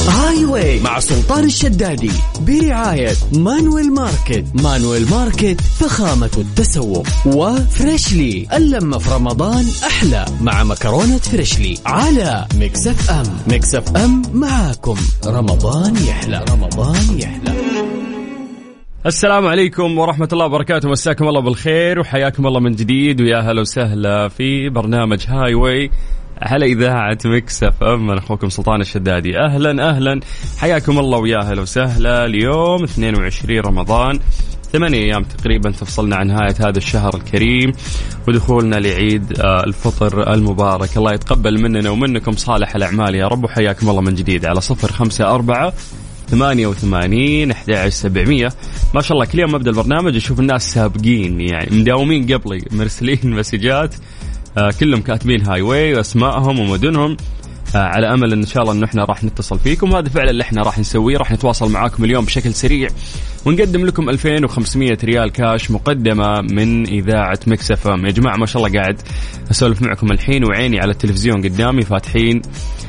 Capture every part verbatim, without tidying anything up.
هاي واي مع سلطان الشدادي برعاية مانويل ماركت. مانويل ماركت فخامة التسوق. وفريشلي اللمة في رمضان أحلى مع مكرونة فريشلي على ميكس اف ام. ميكس اف ام معاكم رمضان يحلى. رمضان يحلى. السلام عليكم ورحمة الله وبركاته. مساكم الله بالخير وحياكم الله من جديد ويا هلا وسهلا في برنامج هاي واي على إذاعة ميكس اف ام. أنا أخوكم سلطان الشدادي. أهلا أهلا حياكم الله ويا هلا وسهلا. اليوم اثنين وعشرين رمضان، ثمانية أيام تقريبا تفصلنا عن نهاية هذا الشهر الكريم ودخولنا لعيد الفطر المبارك. الله يتقبل مننا ومنكم صالح الأعمال يا رب. وحياكم الله من جديد على صفر خمسة أربعة ثمانية وثمانين أحد عشر سبعمية. ما شاء الله كل يوم أبدأ البرنامج أشوف الناس سابقين، يعني مداومين قبلي مرسلين مسجات، آه كلهم كاتبين هاي واي واسمائهم ومدنهم، آه على أمل إن شاء الله إنه إحنا راح نتصل فيكم. وهذا فعلا اللي إحنا راح نسويه، راح نتواصل معاكم اليوم بشكل سريع ونقدم لكم ألفين وخمسمية ريال كاش مقدمة من إذاعة ميكس اف ام. يا جماعة ما شاء الله قاعد أسولف معكم الحين وعيني على التلفزيون قدامي فاتحين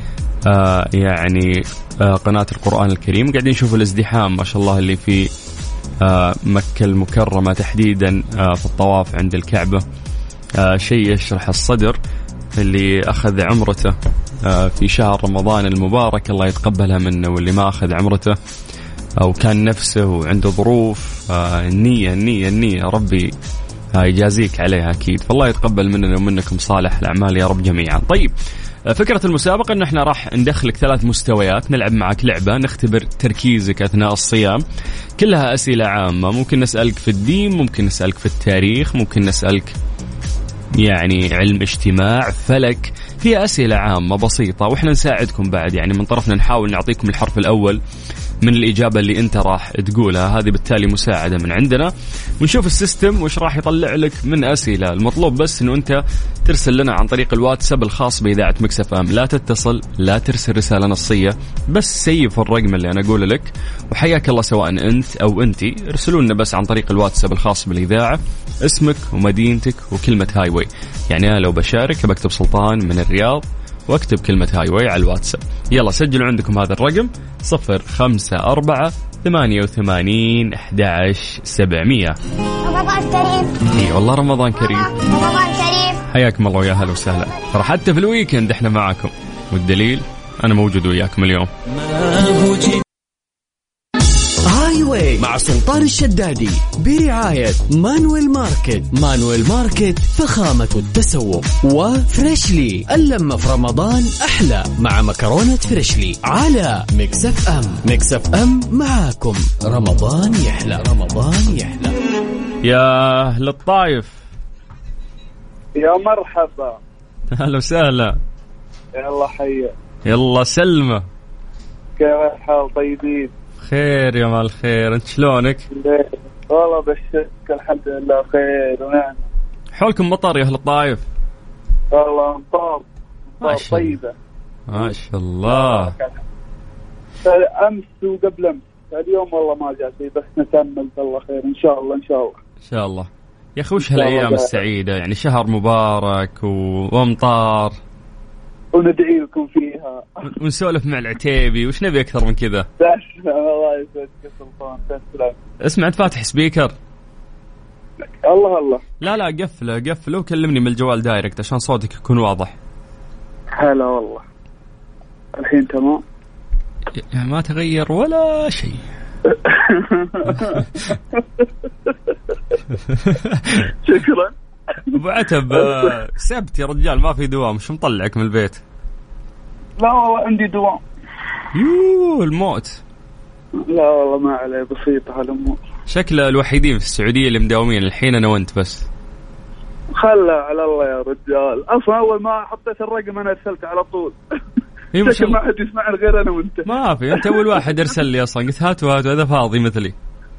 آه يعني آه قناة القرآن الكريم، قاعدين نشوف الازدحام ما شاء الله اللي في آه مكة المكرمة تحديدا آه في الطواف عند الكعبة. آه شيء يشرح الصدر اللي أخذ عمرته آه في شهر رمضان المبارك الله يتقبلها منه، واللي ما أخذ عمرته أو كان نفسه وعنده ظروف آه النية النية النية ربي آه يجازيك عليها أكيد. فالله يتقبل مننا ومنكم صالح الأعمال يا رب جميعا. طيب فكرة المسابقة أن احنا راح ندخلك ثلاث مستويات، نلعب معك لعبة نختبر تركيزك أثناء الصيام، كلها أسئلة عامة. ممكن نسألك في الدين، ممكن نسألك في التاريخ، ممكن نسألك يعني علم اجتماع، فلك، هي أسئلة عامة بسيطة وإحنا نساعدكم بعد، يعني من طرفنا نحاول نعطيكم الحرف الأول من الإجابة اللي أنت راح تقولها. هذه بالتالي مساعدة من عندنا، ونشوف السيستم وش راح يطلع لك من أسئلة. المطلوب بس أنه أنت ترسل لنا عن طريق الواتساب الخاص بإذاعة ميكس اف ام. لا تتصل، لا ترسل رسالة نصية، بس سيف الرقم اللي أنا أقوله لك. وحياك الله سواء أنت أو أنتي، ارسلوا لنا بس عن طريق الواتساب الخاص بالإذاعة اسمك ومدينتك وكلمة هاي واي. يعني أنا لو بشارك بكتب سلطان من الرياض واكتب كلمة هاي واي على الواتساب. يلا سجلوا عندكم هذا الرقم صفر خمسة أربعة ثمانية وثمانين أحد عشر سبعمية. رمضان كريم. اي والله رمضان كريم. رمضان كريم. حياكم الله ويا هلا وسهلا. ترى حتى في الويكند احنا معاكم، والدليل أنا موجود وياكم اليوم. هاي واي مع سلطان الشدادي برعاية مانويل ماركت. مانويل ماركت فخامة التسوق. وفريشلي اللمة في رمضان أحلى مع مكرونة فريشلي على ميكس اف ام. ميكس اف ام معاكم رمضان يحلى. رمضان يحلى. يا للطايف يا مرحبا. أهلا وسهلا. يلا حيا. يلا سلمة. كيف الحال؟ طيبين؟ خير يا مال خير. انت شلونك؟ والله بشكرك الحمد لله خير ونعم. حولكم مطر يا اهل الطايف؟ والله مطر مطر طيبة ما شاء الله. امس وقبل امس، اليوم والله ما جاء شيء، بس نتأمل الله خير ان شاء الله. ان شاء الله ان شاء الله يا اخي. وش هالايام السعيدة، يعني شهر مبارك وامطار وندعي لكم فيها ونسولف مع العتيبي. وش نبي أكثر من كذا؟ الله يسعدك يا سلطان. تسلم. اسمع أنت فاتح سبيكر؟ الله الله. لا لا قفله قفله وكلمني من الجوال دايركت عشان صوتك يكون واضح. هلا والله. الحين تمام؟ يعني ما تغير ولا شيء. شكرا. أبو عتب سبت يا رجال ما في دوام، مش مطلعك من البيت؟ لا والله عندي دوام. يوه الموت. لا والله ما عليه، بسيطة هالأمور. شكل الوحيدين في السعودية اللي مداومين الحين أنا وأنت بس. خلى على الله يا رجال. أصلا أول ما حطيت الرقم أنا أرسلت على طول. شكل ما حد يسمعنا غير أنا وأنت. ما في، أنت أول واحد أرسل لي أصلا، قلت هاتوا هاتوا هذا فاضي مثلي.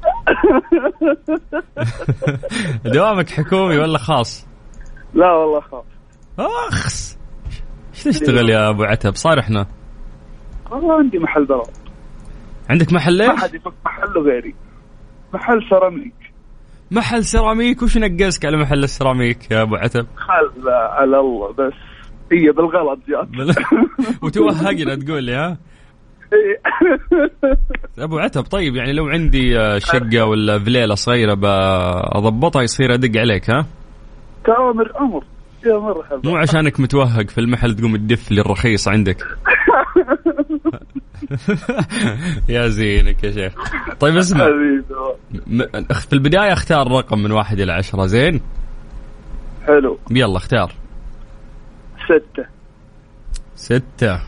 دوامك حكومي ولا خاص؟ لا والله خاص. أخس. إيش تشتغل يا أبو عتب؟ صارحنا. والله عندي محل بلاط. عندك محل ليش؟ ما حد يفك محله غيري. محل سيراميك. محل سيراميك؟ وش نقزك على محل السيراميك يا أبو عتب؟ خل على الله بس هي بالغلط جات. وتوهقنا تقول لي ها؟ أبو عتب طيب يعني لو عندي شقة ولا فليلة صغيرة بضبطها يصير أدق عليك ها؟ تأمر أمر يا مرحبا. مو عشانك متوهق في المحل تقوم تدف للرخيص عندك. يا زينك يا شيخ. طيب اسمع في البداية اختار رقم من واحد إلى عشرة. زين حلو يلا اختار. ستة. ستة.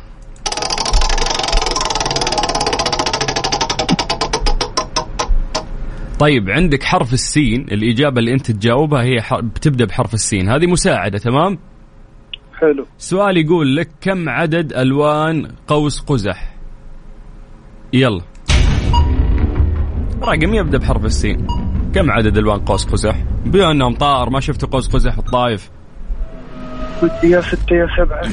طيب عندك حرف السين. الإجابة اللي أنت تجاوبها هي بتبدأ بحرف السين. هذه مساعدة تمام. حلو. سؤال يقول لك كم عدد ألوان قوس قزح؟ يلا رقم يبدأ بحرف السين. كم عدد ألوان قوس قزح؟ بما أنهم طار ما شفتوا قوس قزح الطائف. يا ستة يا سبعة.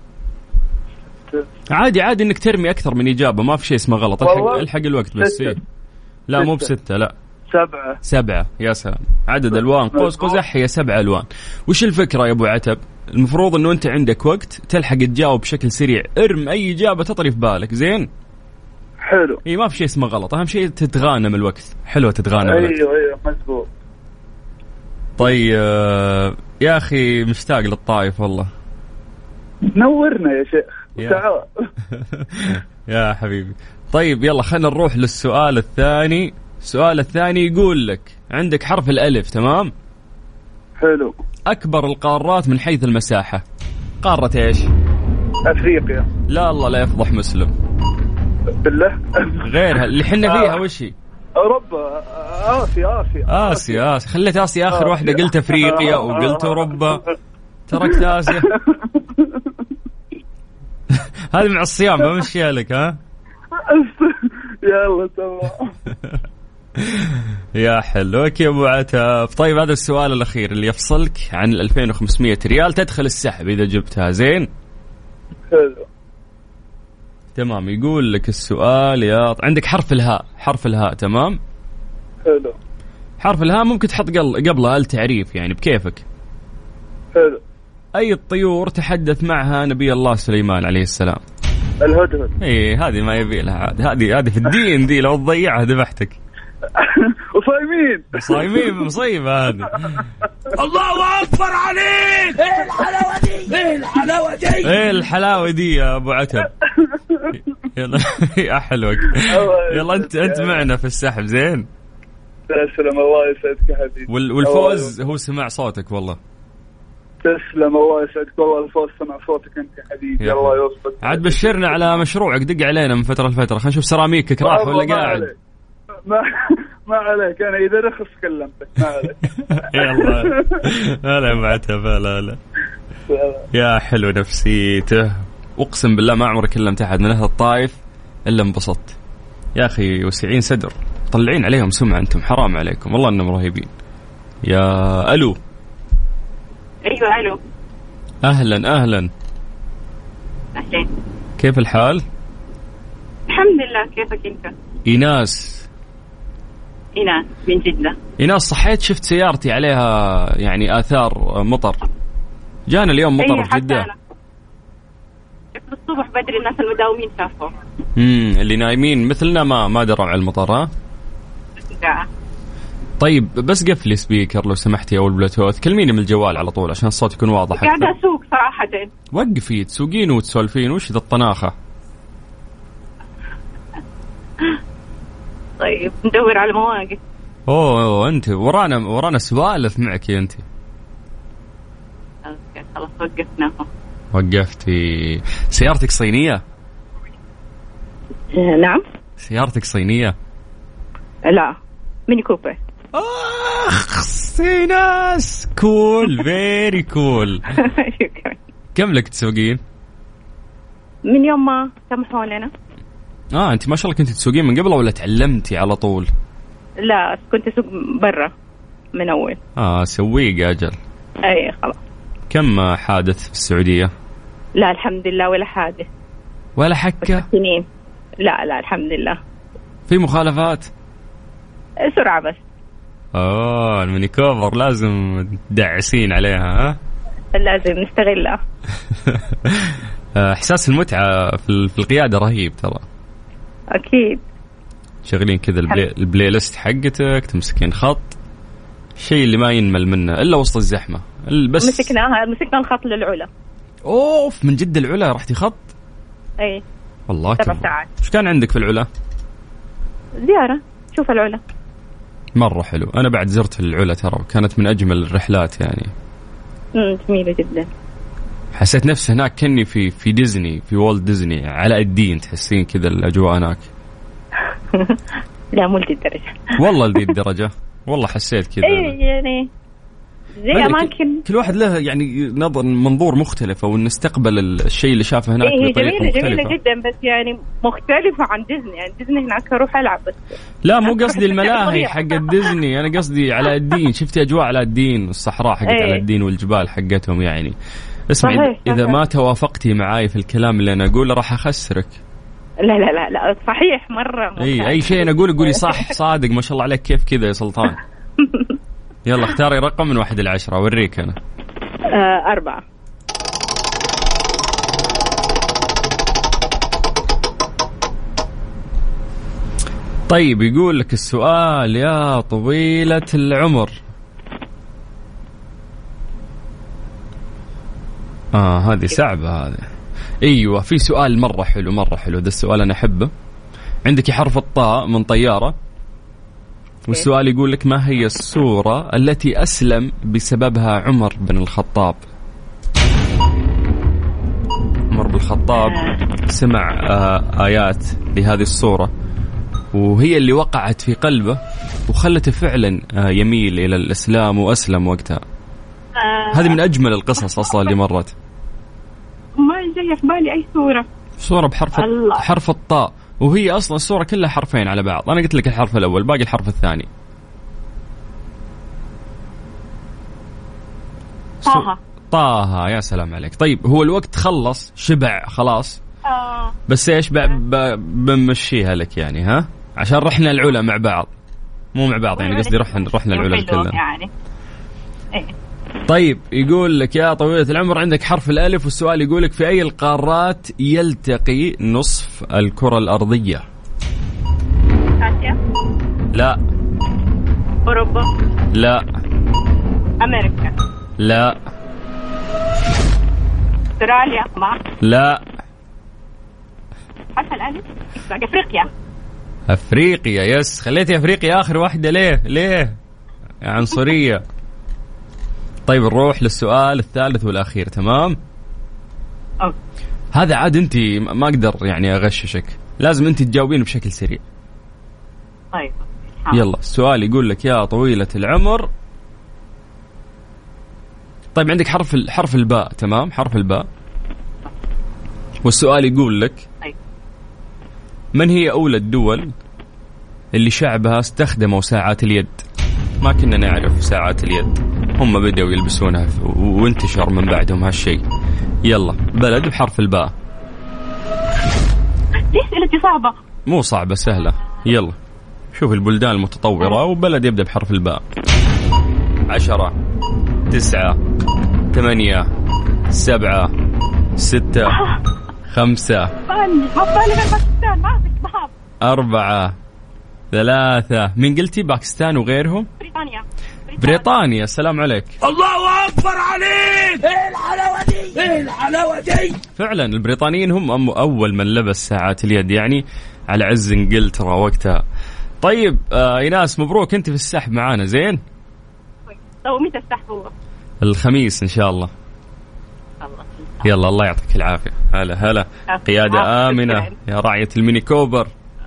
عادي عادي إنك ترمي أكثر من إجابة ما في شيء اسمه غلط. الحق, الحق الوقت بس. إيه؟ لا ستة. مو بستة لا سبعة. سبعة يا سلام. عدد ألوان قوس قزح هي سبعة ألوان. وش الفكرة يا أبو عتب؟ المفروض أنه أنت عندك وقت تلحق تجاوب بشكل سريع. ارم أي إجابة تطري في بالك. زين حلو. إيه ما في شيء اسمه غلط. أهم شيء تتغانم الوقت. حلوة تتغانم أيوة الوقت. أيوة مزبوط. طيب يا أخي مشتاق للطائف والله. نورنا يا شيخ. يا, يا حبيبي. طيب يلا خلينا نروح للسؤال الثاني. السؤال الثاني يقول لك عندك حرف الألف تمام. حلو. أكبر القارات من حيث المساحة قارة إيش؟ أفريقيا. لا الله لا يفضح مسلم. بالله. غيرها اللي حنا فيها وش هي؟ أوروبا. آسيا آسيا آسيا آسيا. خليت آسيا آخر واحدة. قلت أفريقيا وقلت أوروبا تركت آسيا. هذه مع الصيام بمشيها لك ها. يلا تمام. يا حلوك يا أبو عتاب. طيب هذا السؤال الأخير اللي يفصلك عن ألفين وخمسمية ريال. تدخل السحب إذا جبتها. زين حلو تمام. يقول لك السؤال يا عندك حرف الهاء. حرف الهاء تمام. حلو. حرف الهاء ممكن تحط قبله التعريف يعني بكيفك. حلو. أي الطيور تحدث معها نبي الله سليمان عليه السلام؟ الهدهد. إيه هذه ما يبي لها عاد. هذه هذه في الدين دي لو تضيعها ذبحتك. وصايمين صايمين مصيبة هذه. الله أكبر عليك. إيه الحلاوة دي إيه الحلاوة دي إيه الحلاوة دي يا أبو عتب. يلا يا حلوك. يلا أنت أنت معنا في السحب. زين تسلم الله يسعدك يا حبيبي. والفوز هو سمع صوتك والله. تسلم الله يسعدك والله. الفوز سمع صوتك أنت يا حبيبي. الله يوفقك. عاد بشرنا على مشروعك. دق علينا من فترة لفترة. خلينا نشوف سيراميكك راح ولا قاعد. ما ما عليك. أنا إذا رخص كلمتك ما عليك. يلا هلا بعتها. لا لا يا حلو نفسيته. أقسم بالله ما عمري كلمت أحد من أهل الطائف إلا انبسطت يا أخي. وسعين صدر. طلعين عليهم سمعة أنتم. حرام عليكم والله أنهم رهيبين. يا ألو. أيوة ألو. أهلا أهلا. أهلا. كيف الحال؟ الحمد لله. كيفك أنت؟ إيناس. إيناس من جدة. إيناس صحيت شفت سيارتي عليها يعني آثار مطر. جانا اليوم مطر أيه في جدة. الصبح بدري الناس المداومين شافوا. امم اللي نايمين مثلنا ما ما دروا على المطر ها. لا. طيب بس قفلي سبيكر لو سمحتي او البلوتوث. كلميني من الجوال على طول عشان الصوت يكون واضح. قاعدة أسوق صراحة. وقفي تسوقين وتسولفين. وش ذا الطناخة؟ طيب ندور على مواقف. اوه, أوه انت ورانا ورانا سوالف معك انت. اوكي خلاص وقفنا. وقفتي. سيارتك صينية؟ نعم. سيارتك صينية؟ لا ميني كوبر. اخ سيناس كول فيري كول. كم لك تسوقين؟ من يوم ما سمحوا لنا. اه انت ما شاء الله كنت تسوقين من قبل ولا تعلمتي على طول؟ لا كنت اسوق برا من اول. اه سويق اجل. اي خلاص. كم حادث في السعودية؟ لا الحمد لله ولا حادث ولا حكة. سنين. لا لا الحمد لله. في مخالفات؟ سرعة بس. اه الميني كوفر لازم تدعسين عليها ها؟ لازم نستغلها. احساس المتعة في القيادة رهيب ترى. أكيد. شغلين كذا البلاي, البلاي ليست حقتك، تمسكين خط، شيء اللي ما ينمل منه إلا وسط الزحمة. بس مسكناها مسكنا الخط للعلا. أوف، من جد العلا رحتي خط؟ أي والله سبع ساعات. إيش كان عندك في العلا؟ زيارة، شوف العلا مرة حلو. أنا بعد زرت العلا ترى، كانت من أجمل الرحلات يعني. امم جميلة جدا. حسيت نفسي هناك كني في في ديزني، في والت ديزني، علاء الدين، تحسين كذا الأجواء هناك. لا مو لدي الدرجة والله لدي الدرجة، والله حسيت كذا. إيه يعني زي أماكن كل واحد له يعني نظر منظور مختلف، أو نستقبل الشيء اللي شافه هناك إيه بطريقة جميلة مختلفة. جميلة جدا، بس يعني مختلفة عن ديزني. يعني ديزني هناك أروح ألعب بس. لا مو قصدي الملاهي حق ديزني، أنا قصدي علاء الدين. شفتي أجواء علاء الدين والصحراء حقت إيه. علاء الدين والجبال حقتهم يعني. اسمعي، صحيح إذا صحيح. ما توافقتي معاي في الكلام اللي أنا أقوله راح أخسرك. لا لا لا لا صحيح مرة. أي أي شيء أنا أقول قولي صح صادق، ما شاء الله عليك، كيف كذا يا سلطان. يلا اختاري رقم من واحد إلى عشرة، أوريك أنا. آه أربعة. طيب يقول لك السؤال يا طويلة العمر. آه هذه صعبة هذه. أيوة في سؤال مرة حلو مرة حلو، ده السؤال أنا أحبه. عندك حرف الطاء من طيارة، والسؤال يقول لك ما هي السورة التي أسلم بسببها عمر بن الخطاب؟ عمر بن الخطاب سمع آه آيات لهذه السورة، وهي اللي وقعت في قلبه وخلته فعلا آه يميل إلى الإسلام وأسلم وقتها. آه هذه من أجمل القصص أصلا اللي مرت. ما جاي في بالي أي سورة. سورة بحرف الله. حرف الطاء، وهي أصلا السورة كلها حرفين على بعض. أنا قلت لك الحرف الأول، باقي الحرف الثاني. طه. طه، يا سلام عليك. طيب هو الوقت خلص، شبع خلاص. آه. بس إيش بمشيها لك يعني، ها، عشان رحنا العلا مع بعض، مو مع بعض يعني، قصدي رحنا رحنا العلا كلنا يعني. إيه. طيب يقول لك يا طويلة العمر، عندك حرف الألف، والسؤال يقول لك في أي القارات يلتقي نصف الكرة الأرضية؟ آسيا. لا. أوروبا. لا. أمريكا. لا. أستراليا. ما. لا. حرف الألف. أفريقيا. أفريقيا، يس. خليتي أفريقيا آخر واحدة، ليه ليه يا عنصرية؟ طيب نروح للسؤال الثالث والأخير، تمام؟ أوه. هذا عاد أنت ما أقدر يعني أغششك، لازم أنت تجاوبين بشكل سريع. طيب يلا السؤال يقول لك يا طويلة العمر. طيب عندك حرف حرف الباء، تمام؟ حرف الباء، والسؤال يقول لك طيب. من هي أولى الدول اللي شعبها استخدموا ساعات اليد؟ ما كنا نعرف ساعات اليد، هم بدأوا يلبسونها وانتشر من بعدهم هالشيء. يلا بلد بحرف الباء. ليش أسئلتي صعبة؟ مو صعبة، سهلة. يلا شوف البلدان المتطورة وبلد يبدأ بحرف الباء. عشرة، تسعة، ثمانية، سبعة، ستة، خمسة، أربعة، ثلاثة. من قلتي باكستان وغيرهم؟ بريطانيا. بريطانيا. السلام عليك. الله أكبر عليك. ايه الحلاوة دي، ايه الحلاوة دي. فعلا البريطانيين هم أول من لبس ساعات اليد يعني، على عز انجلترا وقتها. طيب آه إيناس، مبروك انت في السحب معانا. زين. طيب متى السحب هو؟ الخميس إن شاء الله. الله. يلا الله يعطيك العافية. هلا هلا. قيادة آمنة يا راعية الميني كوبر.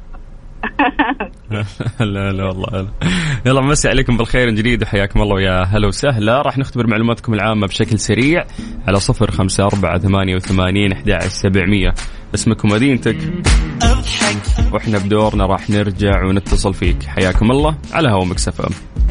لا لا والله لا. يلا مسي عليكم بالخير من جديد وحياكم الله ويا هلا وسهلا. راح نختبر معلوماتكم العامة بشكل سريع على صفر خمسة أربعة ثمانية وثمانين أحد عشر سبعمية. اسمك ومدينتك، وإحنا بدورنا راح نرجع ونتصل فيك. حياكم الله على هوا ميكس إف إم.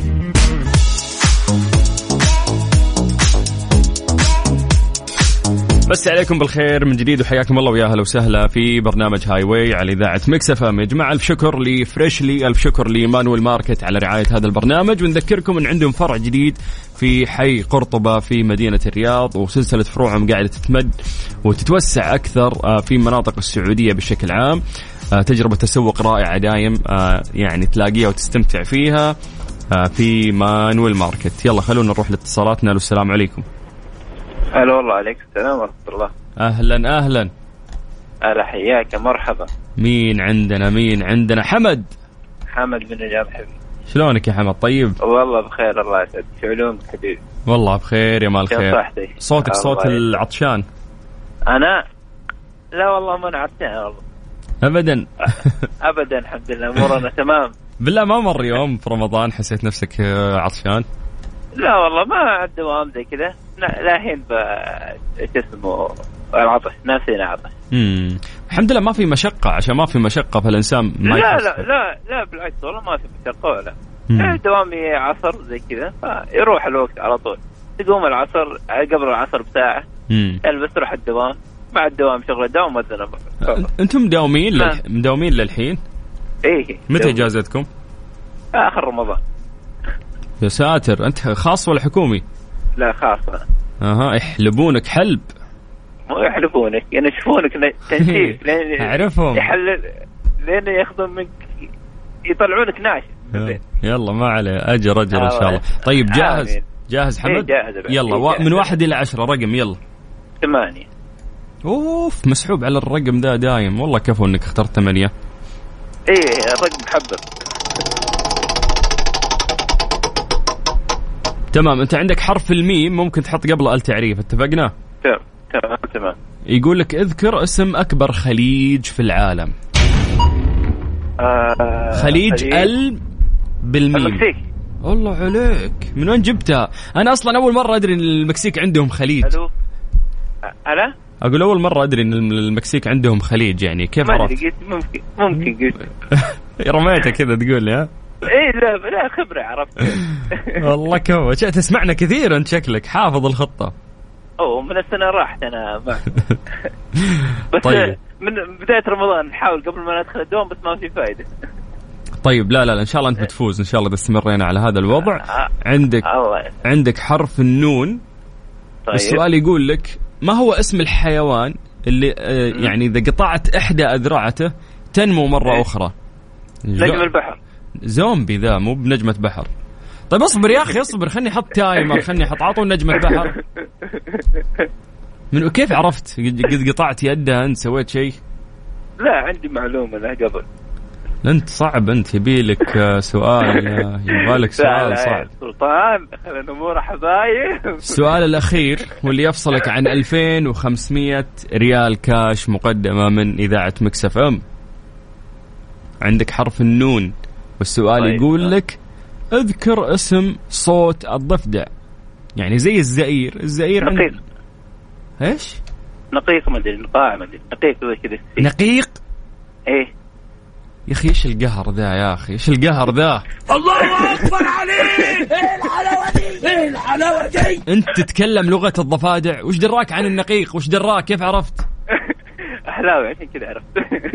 بس عليكم بالخير من جديد وحياكم الله ويا هلا وسهلا في برنامج هاي واي على إذاعة ميكس إف إم. يا جماعة ألف شكر لفريشلي، ألف شكر لمانويل ماركت على رعاية هذا البرنامج، ونذكركم أن عندهم فرع جديد في حي قرطبة في مدينة الرياض، وسلسلة فروعهم قاعدة تتمد وتتوسع أكثر في مناطق السعودية بشكل عام. تجربة تسوق رائعة دايم يعني تلاقيها وتستمتع فيها في مانويل ماركت. يلا خلونا نروح لاتصالاتنا. السلام عليكم. هلا والله عليك السلام ورحمة الله. أهلا أهلا. أهلا حياك مرحبا. مين عندنا مين عندنا؟ حمد. حمد من الرياض حبيبي. شلونك يا حمد؟ طيب والله بخير الله يسعدك. شو علومك حبيبي؟ والله بخير يا مال خير. صوتك صوت العطشان. أنا لا والله ما عطشان والله أبدا. أبدا الحمد لله أمورنا تمام. بالله ما مر يوم في رمضان حسيت نفسك عطشان؟ لا والله ما عاد دوام زي كذا لا الحين بجسمه العطش ناسينا عطش. امم الحمد لله ما في مشقة عشان ما في مشقة فالإنسان ما لا لا لا لا بالعكس والله ما في مشقة ولا دوامي عصر زي كذا فيروح الوقت على طول. تقوم العصر قبل العصر بساعة البس تروح الدوام مع الدوام شغل دوام وزنا. أنتم مداومين لل... مداومين للحين؟ إيه. متى إجازتكم؟ آخر رمضان. يا ساتر. أنت خاص ولا حكومي؟ لا خاصة. أها يحلبونك حلب. مو يحلبونك ينشفونك تنشيف لين أعرفهم يحلل لين ياخذون منك يطلعونك ناشف. يلا ما عليه أجر أجر إن شاء الله. طيب جاهز آمين. جاهز حمد؟ جاهز يلا و... من واحد إلى عشرة رقم. يلا ثمانية. أوف مسحوب على الرقم ده دايم والله. كفو إنك اخترت ثمانية. إيه الرقم محبب. تمام. أنت عندك حرف الميم ممكن تحط قبله التعريف. اتفقنا؟ تمام تمام تمام. يقول لك اذكر اسم أكبر خليج في العالم. آه خليج, خليج ال بالميم. المكسيك. الله عليك من وين جبتها؟ أنا أصلا أول مرة أدري إن المكسيك عندهم خليج. ألو ألا أقول أول مرة أدري إن المكسيك عندهم خليج يعني كيف عرفت؟ ممكن ممكن قلت رميتها كذا تقول لي ها؟ إيه لا لا خبرة عرفت. والله كوش تسمعنا كثير أنت شكلك حافظ الخطة. أوه من السنة راحت أنا ما. بس طيب. من بداية رمضان نحاول قبل ما ندخل الدوام بس ما في فايدة. طيب لا لا إن شاء الله أنت بتفوز إن شاء الله إذا استمرينا على هذا الوضع. عندك عندك حرف النون. طيب. السؤال يقول لك ما هو اسم الحيوان اللي آه يعني إذا قطعت إحدى أذرعته تنمو مرة أخرى؟ نجم البحر. زومبي ذا مو بنجمة بحر. طيب اصبر يا أخي اصبر خلني أحط تايمر خلني أحط عطوا نجمة بحر. من كيف عرفت؟ قد قطعت يدها أنت سويت شيء؟ لا عندي معلومة لا قبل. أنت صعب أنت يبيلك سؤال يبغالك سؤال صعب. سلطان خلينا نمور حبايب. السؤال الأخير واللي يفصلك عن ألفين وخمسمية ريال كاش مقدمة من إذاعة مكس اف ام. عندك حرف النون والسؤال طيب. يقول لك اذكر اسم صوت الضفدع يعني زي الزئير. الزئير نقيق. عند... ايش؟ نقيق ما ادري نقاع ما ادري نقيق زي كذا. نقيق. ايه يا اخي ايش القهر ذا يا اخي ايش القهر ذا؟ الله اكبر عليك. ايه الحلاوه دي ايه الحلاوه دي. انت تتكلم لغة الضفادع وش دراك عن النقيق؟ وش دراك كيف عرفت؟ أحلاوي عشان كذا عرفت.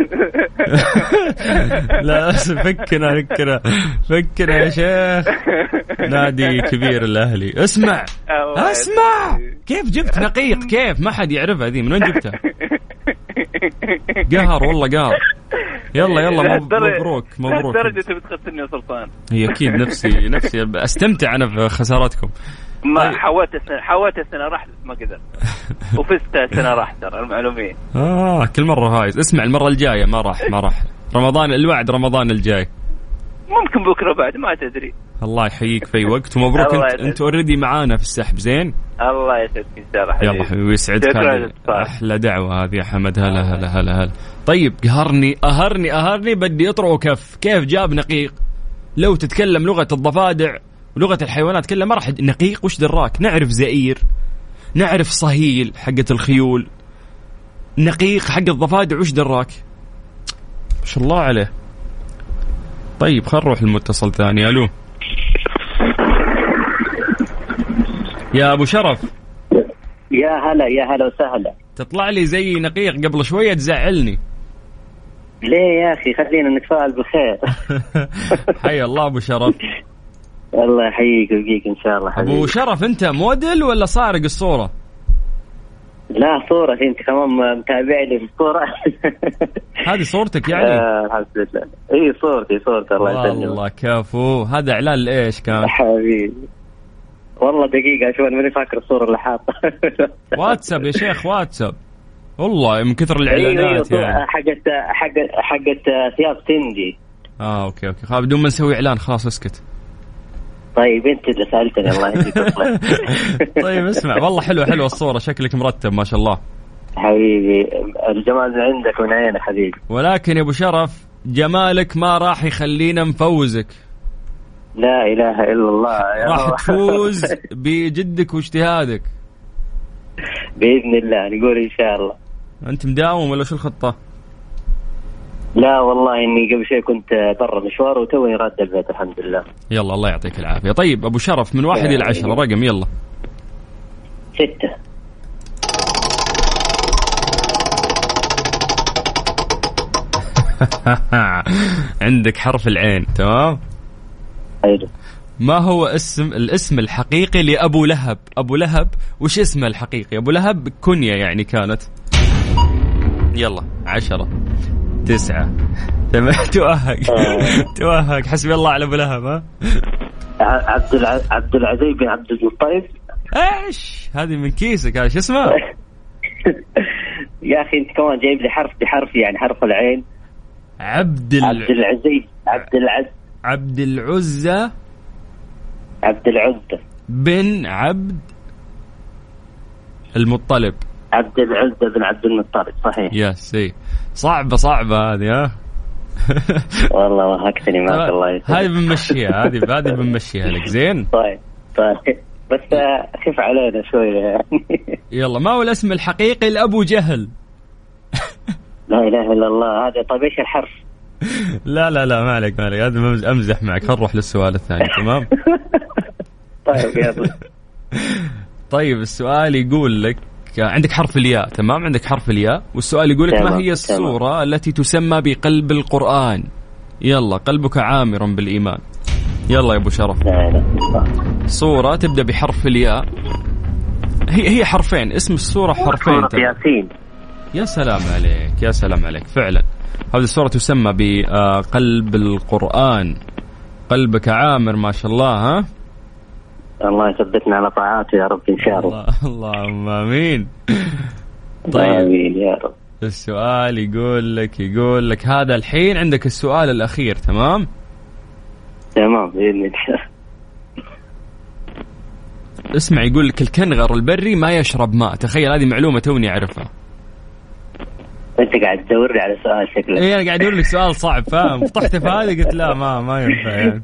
لا فكنا فكنا فكنا يا شيخ. نادي كبير الأهلي. اسمع اسمع كيف جبت نقيق؟ كيف ما حد يعرفها ذي من وين جبتها؟ قهر والله قهر. يلا يلا مبروك مبروك. درجة بتخسرني يا سلطان. هي أكيد نفسي نفسي أستمتع أنا في خسارتكم. ما حاولت السنة حاولت السنة راحت ما قدر وفزت السنة راحت ترى المعلومين. آه كل مرة هايز. اسمع المرة الجاية ما راح ما راح رمضان الوعد رمضان الجاي. ممكن بكرة بعد ما تدري. الله يحييك في وقت ومبروك. انت انت اوريدي معانا في السحب زين. الله يسعدك ان شاء الله حبيبي. يلا حبيبي ويسعدك. احلى دعوة هذه يا حمد. هلا هلا هلا هلا. طيب قهرني أهرني أهرني بدي أطرق كف. كيف جاب نقيق؟ لو تتكلم لغة الضفادع ولغة الحيوانات كلها ما راح. نقيق وش دراك؟ نعرف زئير نعرف صهيل حقة الخيول. نقيق حق الضفادع وش دراك؟ ما شاء الله عليه. طيب خل نروح المتصل ثاني. ألو يا أبو شرف. يا هلا يا هلا وسهلا. تطلع لي زي نقيق قبل شوية تزعلني. ليه يا أخي خلينا نتفائل بالخير. حي الله أبو شرف. الله يحييك ويبقيك إن شاء الله حبيبي. أبو شرف أنت موديل ولا صارق الصورة؟ لا صورة، انت كمان متابع لي في الصورة. هذه صورتك يعني؟ آه الحمد لله. اي صورتي صورتي الله يسلمك. والله كفو. هذا اعلان لايش كان؟ حبيبي والله دقيقة شوف، ماني فاكر الصورة اللي حاطة. واتساب يا شيخ، واتساب والله من كثر الاعلانات أيوة يعني. حقت حقت حقت ثياب سندي. اه اوكي اوكي خلاص بدون ما نسوي اعلان خلاص اسكت. طيب انت اللي سألتني الله يهديك. طيب اسمع والله حلوة حلوة الصورة، شكلك مرتب ما شاء الله. حبيبي الجمال من عندك من عينك حبيبي. ولكن يا ابو شرف جمالك ما راح يخلينا نفوزك. لا اله الا الله. راح تفوز بجدك واجتهادك باذن الله، نقول ان شاء الله. انت مداوم ولا شو الخطة؟ لا والله اني قبل شيء كنت برا مشوار وتوني راد البيت الحمد لله. يلا الله يعطيك العافية. طيب ابو شرف من واحد الى عشرة رقم يلا. ستة. عندك حرف العين تمام. حلو. ما هو اسم الاسم الحقيقي لأبو لهب؟ أبو لهب وش اسمه الحقيقي؟ أبو لهب كنية يعني كانت. يلا عشرة تسعة ثمانية. توهق توهق. حسبي الله على أبو لهب. ها عبد الع... عبد العزيز بن عبد المطلب. ايش هذه من كيسك؟ هذا شو اسمه؟ يا أخي أنت كمان جايب لي حرف بحرف يعني حرف العين. عبد ال... عبد العزيز عبد العز عبد العزة عبد العزة بن عبد المطلب. عبد العزة بن عبد المطلب صحيح. يا سي صعبة صعبة هذه. ها والله وهكتني ما شاء الله. هذه بنمشيها هذه هذه بنمشيها لك زين. طيب طيب بس خف علينا شوية يعني. يلا ما هو الاسم الحقيقي لأبو جهل؟ لا إله إلا الله. هذا طيب إيش الحرف؟ لا لا لا ما عليك ما عليك، هذا أمزح معك. خل نروح للسؤال الثاني تمام. طيب يلا. طيب السؤال يقول لك عندك حرف الياء تمام، عندك حرف الياء والسؤال يقول لك ما هي السورة تمام. التي تسمى بقلب القرآن؟ يلا قلبك عامر بالإيمان. يلا يا أبو شرف. سورة تبدأ بحرف الياء، هي هي حرفين، اسم السورة حرفين. ياسين. يا سلام عليك يا سلام عليك فعلا. هذه السورة تسمى بقلب القرآن. قلبك عامر ما شاء الله. ها الله يثبتنا على طاعاته يا رب إن شاء الله. اللهم آمين. طيب آمين يا رب. السؤال يقول لك يقول لك هذا الحين عندك السؤال الأخير تمام. تمام بإذن الله. اسمع يقول لك الكنغر البري ما يشرب ماء. تخيل هذه معلومة توني أعرفها. أنت قاعد تدور لي على سؤال شكلك. إيه أنا قاعد أدور لك سؤال صعب فاهم. فتحت في هذه قلت لا ما ما ينفع يعني.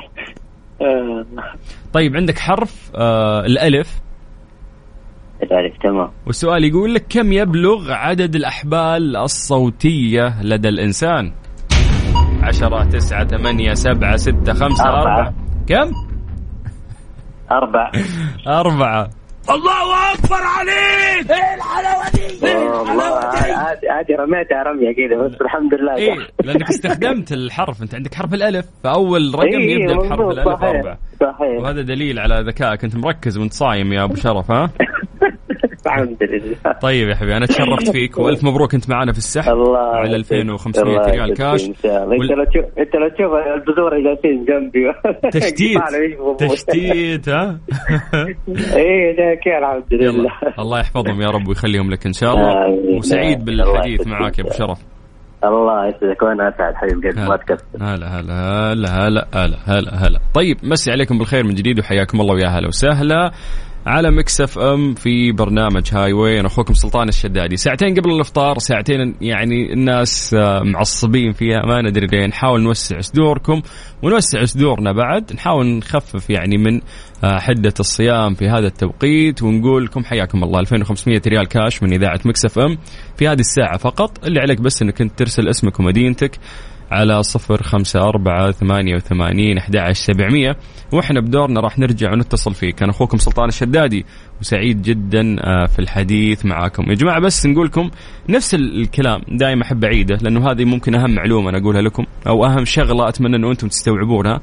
طيب عندك حرف آه الألف. الألف تمام. والسؤال يقول لك كم يبلغ عدد الأحبال الصوتية لدى الإنسان؟ عشرة تسعة ثمانية سبعة ستة خمسة أربعة. كم؟ أربعة. أربعة. الله أكبر عليك. إيه الحلاوة دي؟ إيه الحلاوة دي؟ هذه رميتها رمية كده بس الحمد لله. إيه لأنك استخدمت الحرف. أنت عندك حرف الألف فأول رقم إيه يبدأ بحرف الألف أربعة. صحيح. وهذا دليل على ذكائك. أنت مركز وأنت صايم يا أبو شرف. ها الحمد لله. طيب يا حبيبي أنا تشرفت فيك وألف مبروك. أنت معنا في السحب على ألفين وخمسمية ريال كاش. وال... أنت لو تشوف أنت لو تشوف البذور جالسين جنبي. تشتيت تشتيت. ها إيه ده كي الحمد لله. الله يحفظهم يا رب ويخليهم لك إن شاء الله. وسعيد بالحديث معاك يا أبو شرف. الله يسعدك وانا اسعد حبيبي قد ما تكفى. هلا هلا هلا هلا هلا هلا هلا. طيب مسي عليكم بالخير من جديد وحياكم الله ويا هلا وسهلا على ميكس اف ام في برنامج هاي واي. انا اخوكم سلطان الشدادي. ساعتين قبل الافطار، ساعتين يعني الناس معصبين فيها ما ندري ليه. نحاول نوسع صدوركم ونوسع صدورنا بعد، نحاول نخفف يعني من حدة الصيام في هذا التوقيت، ونقول لكم حياكم الله. ألفين وخمسمية ريال كاش من إذاعة ميكس اف ام في هذه الساعة فقط. اللي عليك بس انك انت ترسل اسمك ومدينتك على صفر خمسة أربعة ثمانية وثمانين أحد عشر سبعمية وإحنا بدورنا راح نرجع ونتصل فيك. أنا أخوكم سلطان الشدادي وسعيد جدا في الحديث معاكم يا جماعة. بس نقولكم نفس الكلام دائما أحب أعيده لأنه هذه ممكن أهم معلومة أنا أقولها لكم أو أهم شغلة أتمنى أنه أنتم تستوعبونها.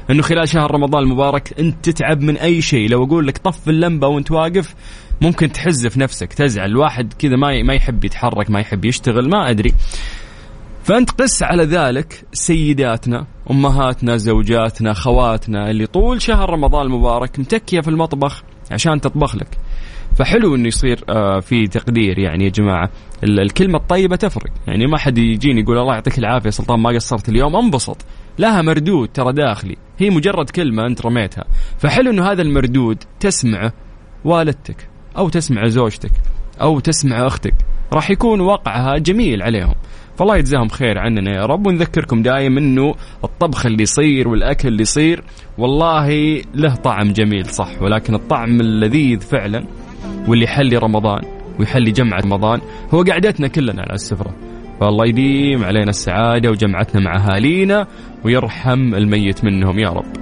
أنه خلال شهر رمضان المبارك أنت تتعب من أي شيء. لو أقول لك طف اللمبة وأنت واقف ممكن تحز في نفسك، تزعل. الواحد كذا ما ما يحب يتحرك، ما يحب يشتغل، ما أدري. فأنت قس على ذلك سيداتنا، أمهاتنا، زوجاتنا، خواتنا اللي طول شهر رمضان المبارك متكية في المطبخ عشان تطبخ لك. فحلو إنه يصير في تقدير يعني يا جماعة. الكلمة الطيبة تفرق، يعني ما حد يجيني يقول الله يعطيك العافية سلطان ما قصرت اليوم، انبسط، لها مردود ترى داخلي، هي مجرد كلمة أنت رميتها. فحلو إنه هذا المردود تسمعه والدتك أو تسمع زوجتك أو تسمع أختك، راح يكون واقعها جميل عليهم. فالله يجزاهم خير عننا يا رب. ونذكركم دائما إنه الطبخ اللي يصير والأكل اللي يصير والله له طعم جميل صح، ولكن الطعم اللذيذ فعلا واللي يحلي رمضان ويحلي جمعة رمضان هو قعدتنا كلنا على السفرة. فالله يديم علينا السعادة وجمعتنا مع أهالينا ويرحم الميت منهم يا رب.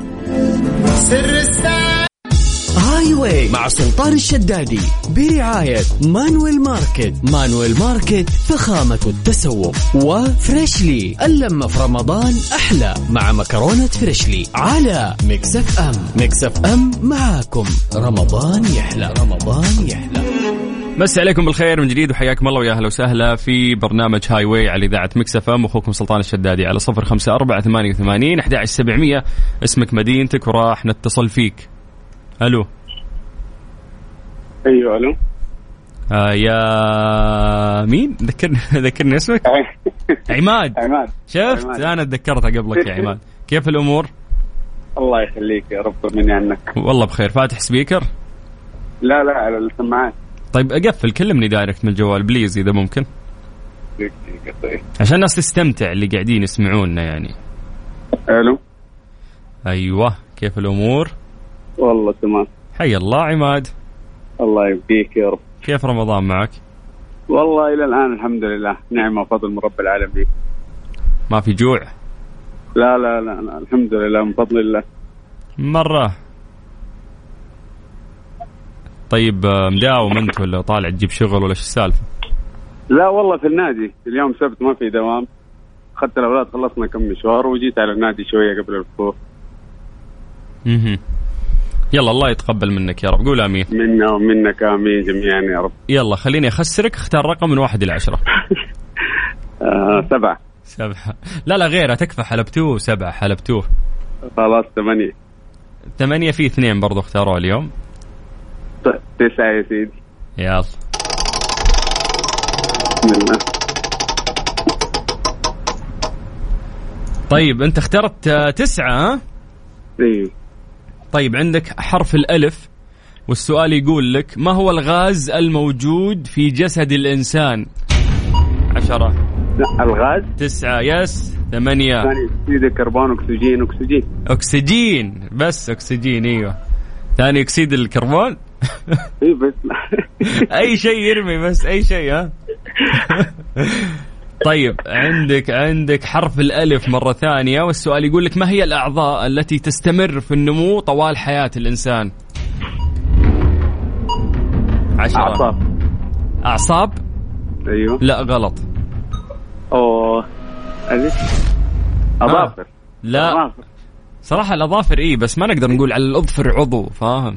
هاي واي مع سلطان الشدادي برعاية مانويل ماركت. مانويل ماركت فخامة التسوق، وفريشلي اللمة في رمضان أحلى مع مكرونة فريشلي على ميكس اف ام. ميكس اف ام معاكم رمضان يحلى، رمضان يحلى. بس عليكم بالخير من جديد وحياكم الله ويا أهلا وسهلا في برنامج هاي واي على إذاعة ميكس اف ام. أخوكم سلطان الشدادي على صفر خمسة أربعة ثمانية وثمانين أحد عشر سبعمية. اسمك مدينتك وراح نتصل فيك. ألو. ايوه الو. آه يا مين؟ ذكرني ذكرني اسمك. عماد. عماد. شفت عماد. انا تذكرتها قبلك يا عماد. كيف الامور؟ الله يخليك يا رب. مني عنك والله بخير. فاتح سبيكر؟ لا لا على السماعات. طيب اقفل، كلمني دايركت من الجوال بليز اذا ممكن، عشان الناس تستمتع اللي قاعدين يسمعونا يعني. الو. ايوه كيف الامور؟ والله تمام. حي الله عماد. الله يبقيك يا رب. كيف رمضان معك؟ والله إلى الآن الحمد لله نعمة وفضل من رب العالمين. ما في جوع؟ لا لا لا, لا. الحمد لله من فضل الله. مرة. طيب مداوم أنت ولا طالع تجيب شغل ولا شو السالفة؟ لا والله في النادي اليوم سبت ما في دوام، أخذت الأولاد خلصنا كم مشوار وجيت على النادي شوية قبل الفطور. اها يلا الله يتقبل منك يا رب. قول آمين. منا ومنك آمين جميعا يا رب. يلا خليني أخسرك، اختار رقم من واحد إلى عشرة. آه سبعة. سبعة. لا لا غيرها تكفى، حلبتوه سبعة حلبتوه. خلاص ثمانية. ثمانية في اثنين برضو اختاروه اليوم. تسعة يا سيدي. يلا. بسم الله. طيب أنت اخترت تسعة ها؟ إيه. طيب عندك حرف الألف والسؤال يقول لك ما هو الغاز الموجود في جسد الإنسان؟ عشرة. لا الغاز. تسعة. يس. ثمانية. ثاني أكسيد الكربون. أكسجين. أكسجين. أكسجين بس. أكسجين أيوة. ثاني أكسيد الكربون. إيه بس. أي شيء يرمي بس أي شيء ها. طيب عندك عندك حرف الألف مرة ثانية والسؤال يقول لك ما هي الأعضاء التي تستمر في النمو طوال حياة الإنسان؟ عشرة. أعصاب. أعصاب؟ أيوه. لا غلط. أوه ألف. أظافر. آه. لا أظافر. صراحة الأظافر إيه بس ما نقدر نقول على الأظفر عضو، فاهم؟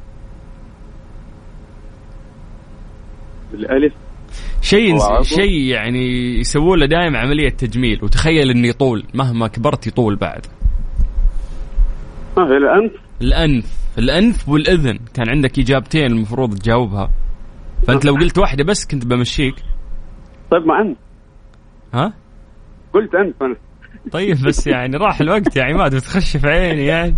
الألف شيء شيء يعني يسووا له دائم عملية تجميل، وتخيل إنه يطول مهما كبرت يطول بعد. ما في الأنف. الأنف. الأنف والأذن. كان عندك إجابتين المفروض تجاوبها، فأنت لو قلت واحدة بس كنت بمشيك. طيب ما أنف. ها؟ قلت أنف أنا. طيب بس يعني راح الوقت يا عماد بتخش في عيني يعني.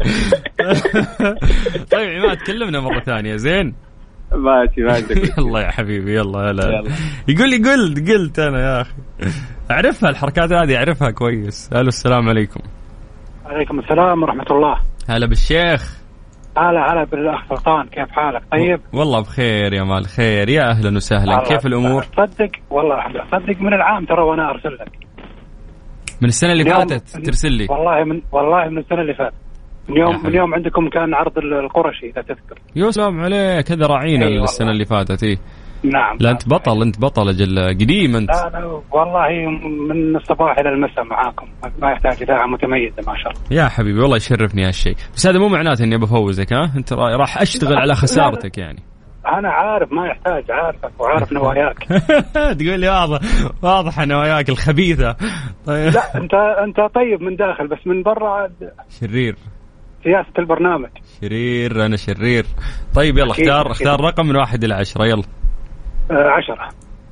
طيب عماد كلمنا مرة ثانية زين. ماشي ماشي. يلا يا حبيبي يلا. لا يقول لي قلت قلت أنا يا أخي أعرفها الحركات هذه أعرفها كويس. ألو السلام عليكم. عليكم السلام ورحمة الله. هلا بالشيخ. هلا هلا بالأخ سلطان، كيف حالك؟ طيب والله بخير يا مال خير. يا أهلا وسهلا. كيف الأمور؟ صدق والله الحمد لله. صدق من العام ترى وأنا أرسل لك من السنة اللي فاتت ترسل لي. والله من والله من السنة اللي فاتت من يوم من يوم عندكم كان عرض القرشي إذا تذكر. يا سلام عليك، هذا راعينا أيوة السنة اللي فاتت. إيه نعم. لا أنت بطل، أنت بطل أجل قديم أنت. لا لا والله من الصباح إلى المساء معاكم، ما يحتاج إذاعة متميزة ما شاء الله. يا حبيبي والله يشرفني هالشيء، بس هذا مو معناته إني بفوزك، ها أنت راح أشتغل على خسارتك يعني. أنا عارف ما يحتاج، عارفك وعارف نواياك. تقول لي واضح واضح نواياك الخبيثة. طيب. لا أنت أنت طيب من داخل، بس من برا شرير. سياسة البرنامج شرير، أنا شرير. طيب يلا اختار اختار رقم من واحد إلى عشرة. يلا. آه عشرة.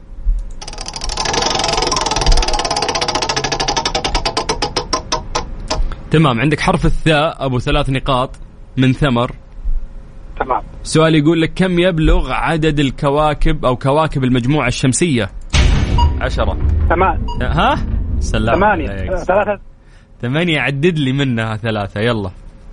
تمام. عندك حرف الثاء أبو ثلاث نقاط من ثمر. تمام. سؤال يقول لك كم يبلغ عدد الكواكب أو كواكب المجموعة الشمسية؟ عشرة. ثمان. ها؟ سلام. ثمانية. ثلاثة. ثمانية. عدد لي منها ثلاثة. يلا.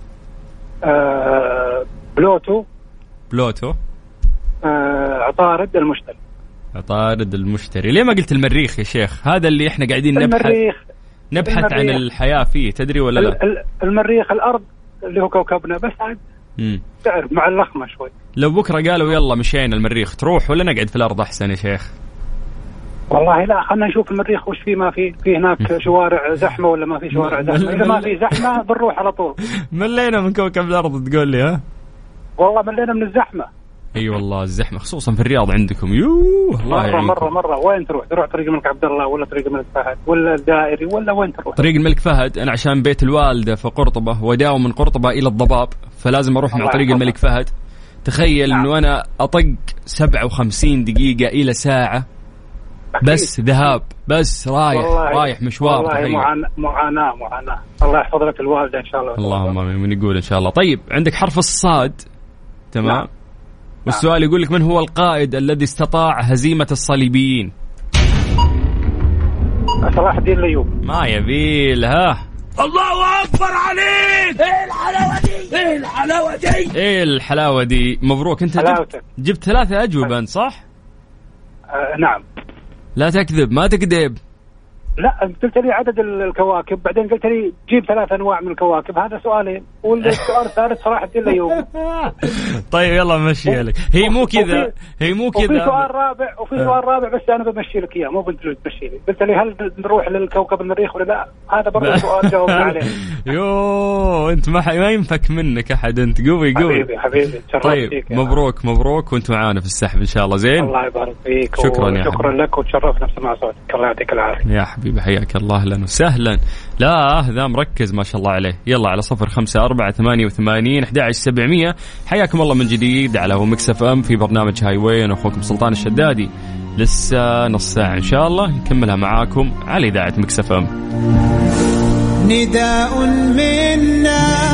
آه بلوتو. بلوتو. آه عطارد المشتري. عطارد المشتري. ليه ما قلت المريخ يا شيخ؟ هذا اللي احنا قاعدين نبحث المريخ. نبحث المريخ. عن الحياة فيه، تدري ولا لا؟ المريخ الأرض اللي هو كوكبنا، بس عاد تعرف مع اللخمة شوي. لو بكرة قالوا يلا مشينا المريخ، تروح ولا نقعد في الأرض أحسن يا شيخ؟ والله لا، خلنا نشوف المريخ وش فيه، ما فيه في هناك شوارع زحمة ولا ما في شوارع زحمة. إذا ما في زحمة بنروح على طول. ملينا من كوكب الأرض تقول لي؟ ها والله ملينا من الزحمة. اي أيوة والله الزحمة خصوصا في الرياض عندكم. يوه الله مرة مرة مرة. وين تروح؟ تروح طريق الملك عبد الله ولا طريق الملك فهد ولا الدائري ولا وين تروح؟ طريق الملك فهد. أنا عشان بيت الوالدة في قرطبة وداوم من قرطبة إلى الضباب، فلازم أروح مع طريق الملك فهد. تخيل نعم. إنه أنا أطق سبعة وخمسين دقيقة إلى ساعة بس ذهاب، بس رايح رايح مشوار. والله معاناة معاناة معاناة. الله يحفظ لك الوالدة إن شاء الله. اللهم آمين. من يقول إن شاء الله. طيب عندك حرف الصاد. تمام. نعم. والسؤال يقول لك من هو القائد الذي استطاع هزيمة الصليبيين؟ صلاح الدين الأيوبي. ما يبيل. ها الله أكبر عليك. ايه الحلاوة دي، ايه الحلاوة دي، ايه الحلاوة دي. مبروك انت جبت, جبت ثلاثة أجوبة انت صح؟ آه نعم. لا تكذب، ما تكذب. لا قلت لي عدد الكواكب، بعدين قلت لي جيب ثلاث انواع من الكواكب. هذا سؤالين، والسؤال الثالث صلاح الدين الايوبي. طيب يلا مشي لك. هي مو كذا، هي مو كذا. وفي سؤال رابع، وفي سؤال رابع بس انا بمشي لك اياه، مو قلت له تمشي لي. قلت لي هل نروح للكوكب المريخ ولا لا؟ هذا برضه سؤال جاوبنا عليه. يو انت ما ما ينفك منك احد. انت قوي قوي حبيبي حبيبي. طيب مبروك مبروك، وانت معانا في السحب ان شاء الله. زين الله يبارك فيك. شكرا يا شكرا لك وتشرفنا بسماع صوتك. الله يعطيك العافيه يا حبيبي. حياك الله. اهلا وسهلا. لا ذا مركز ما شاء الله عليه. يلا على صفر خمسة أربعة ثمانية وثمانين أحد عشر سبعمية. حياكم الله من جديد على هو ميكس اف ام في برنامج هاي واي. انا اخوكم سلطان الشدادي. لسه نص ساعة ان شاء الله نكملها معاكم على اذاعة ميكس اف ام. نداء منا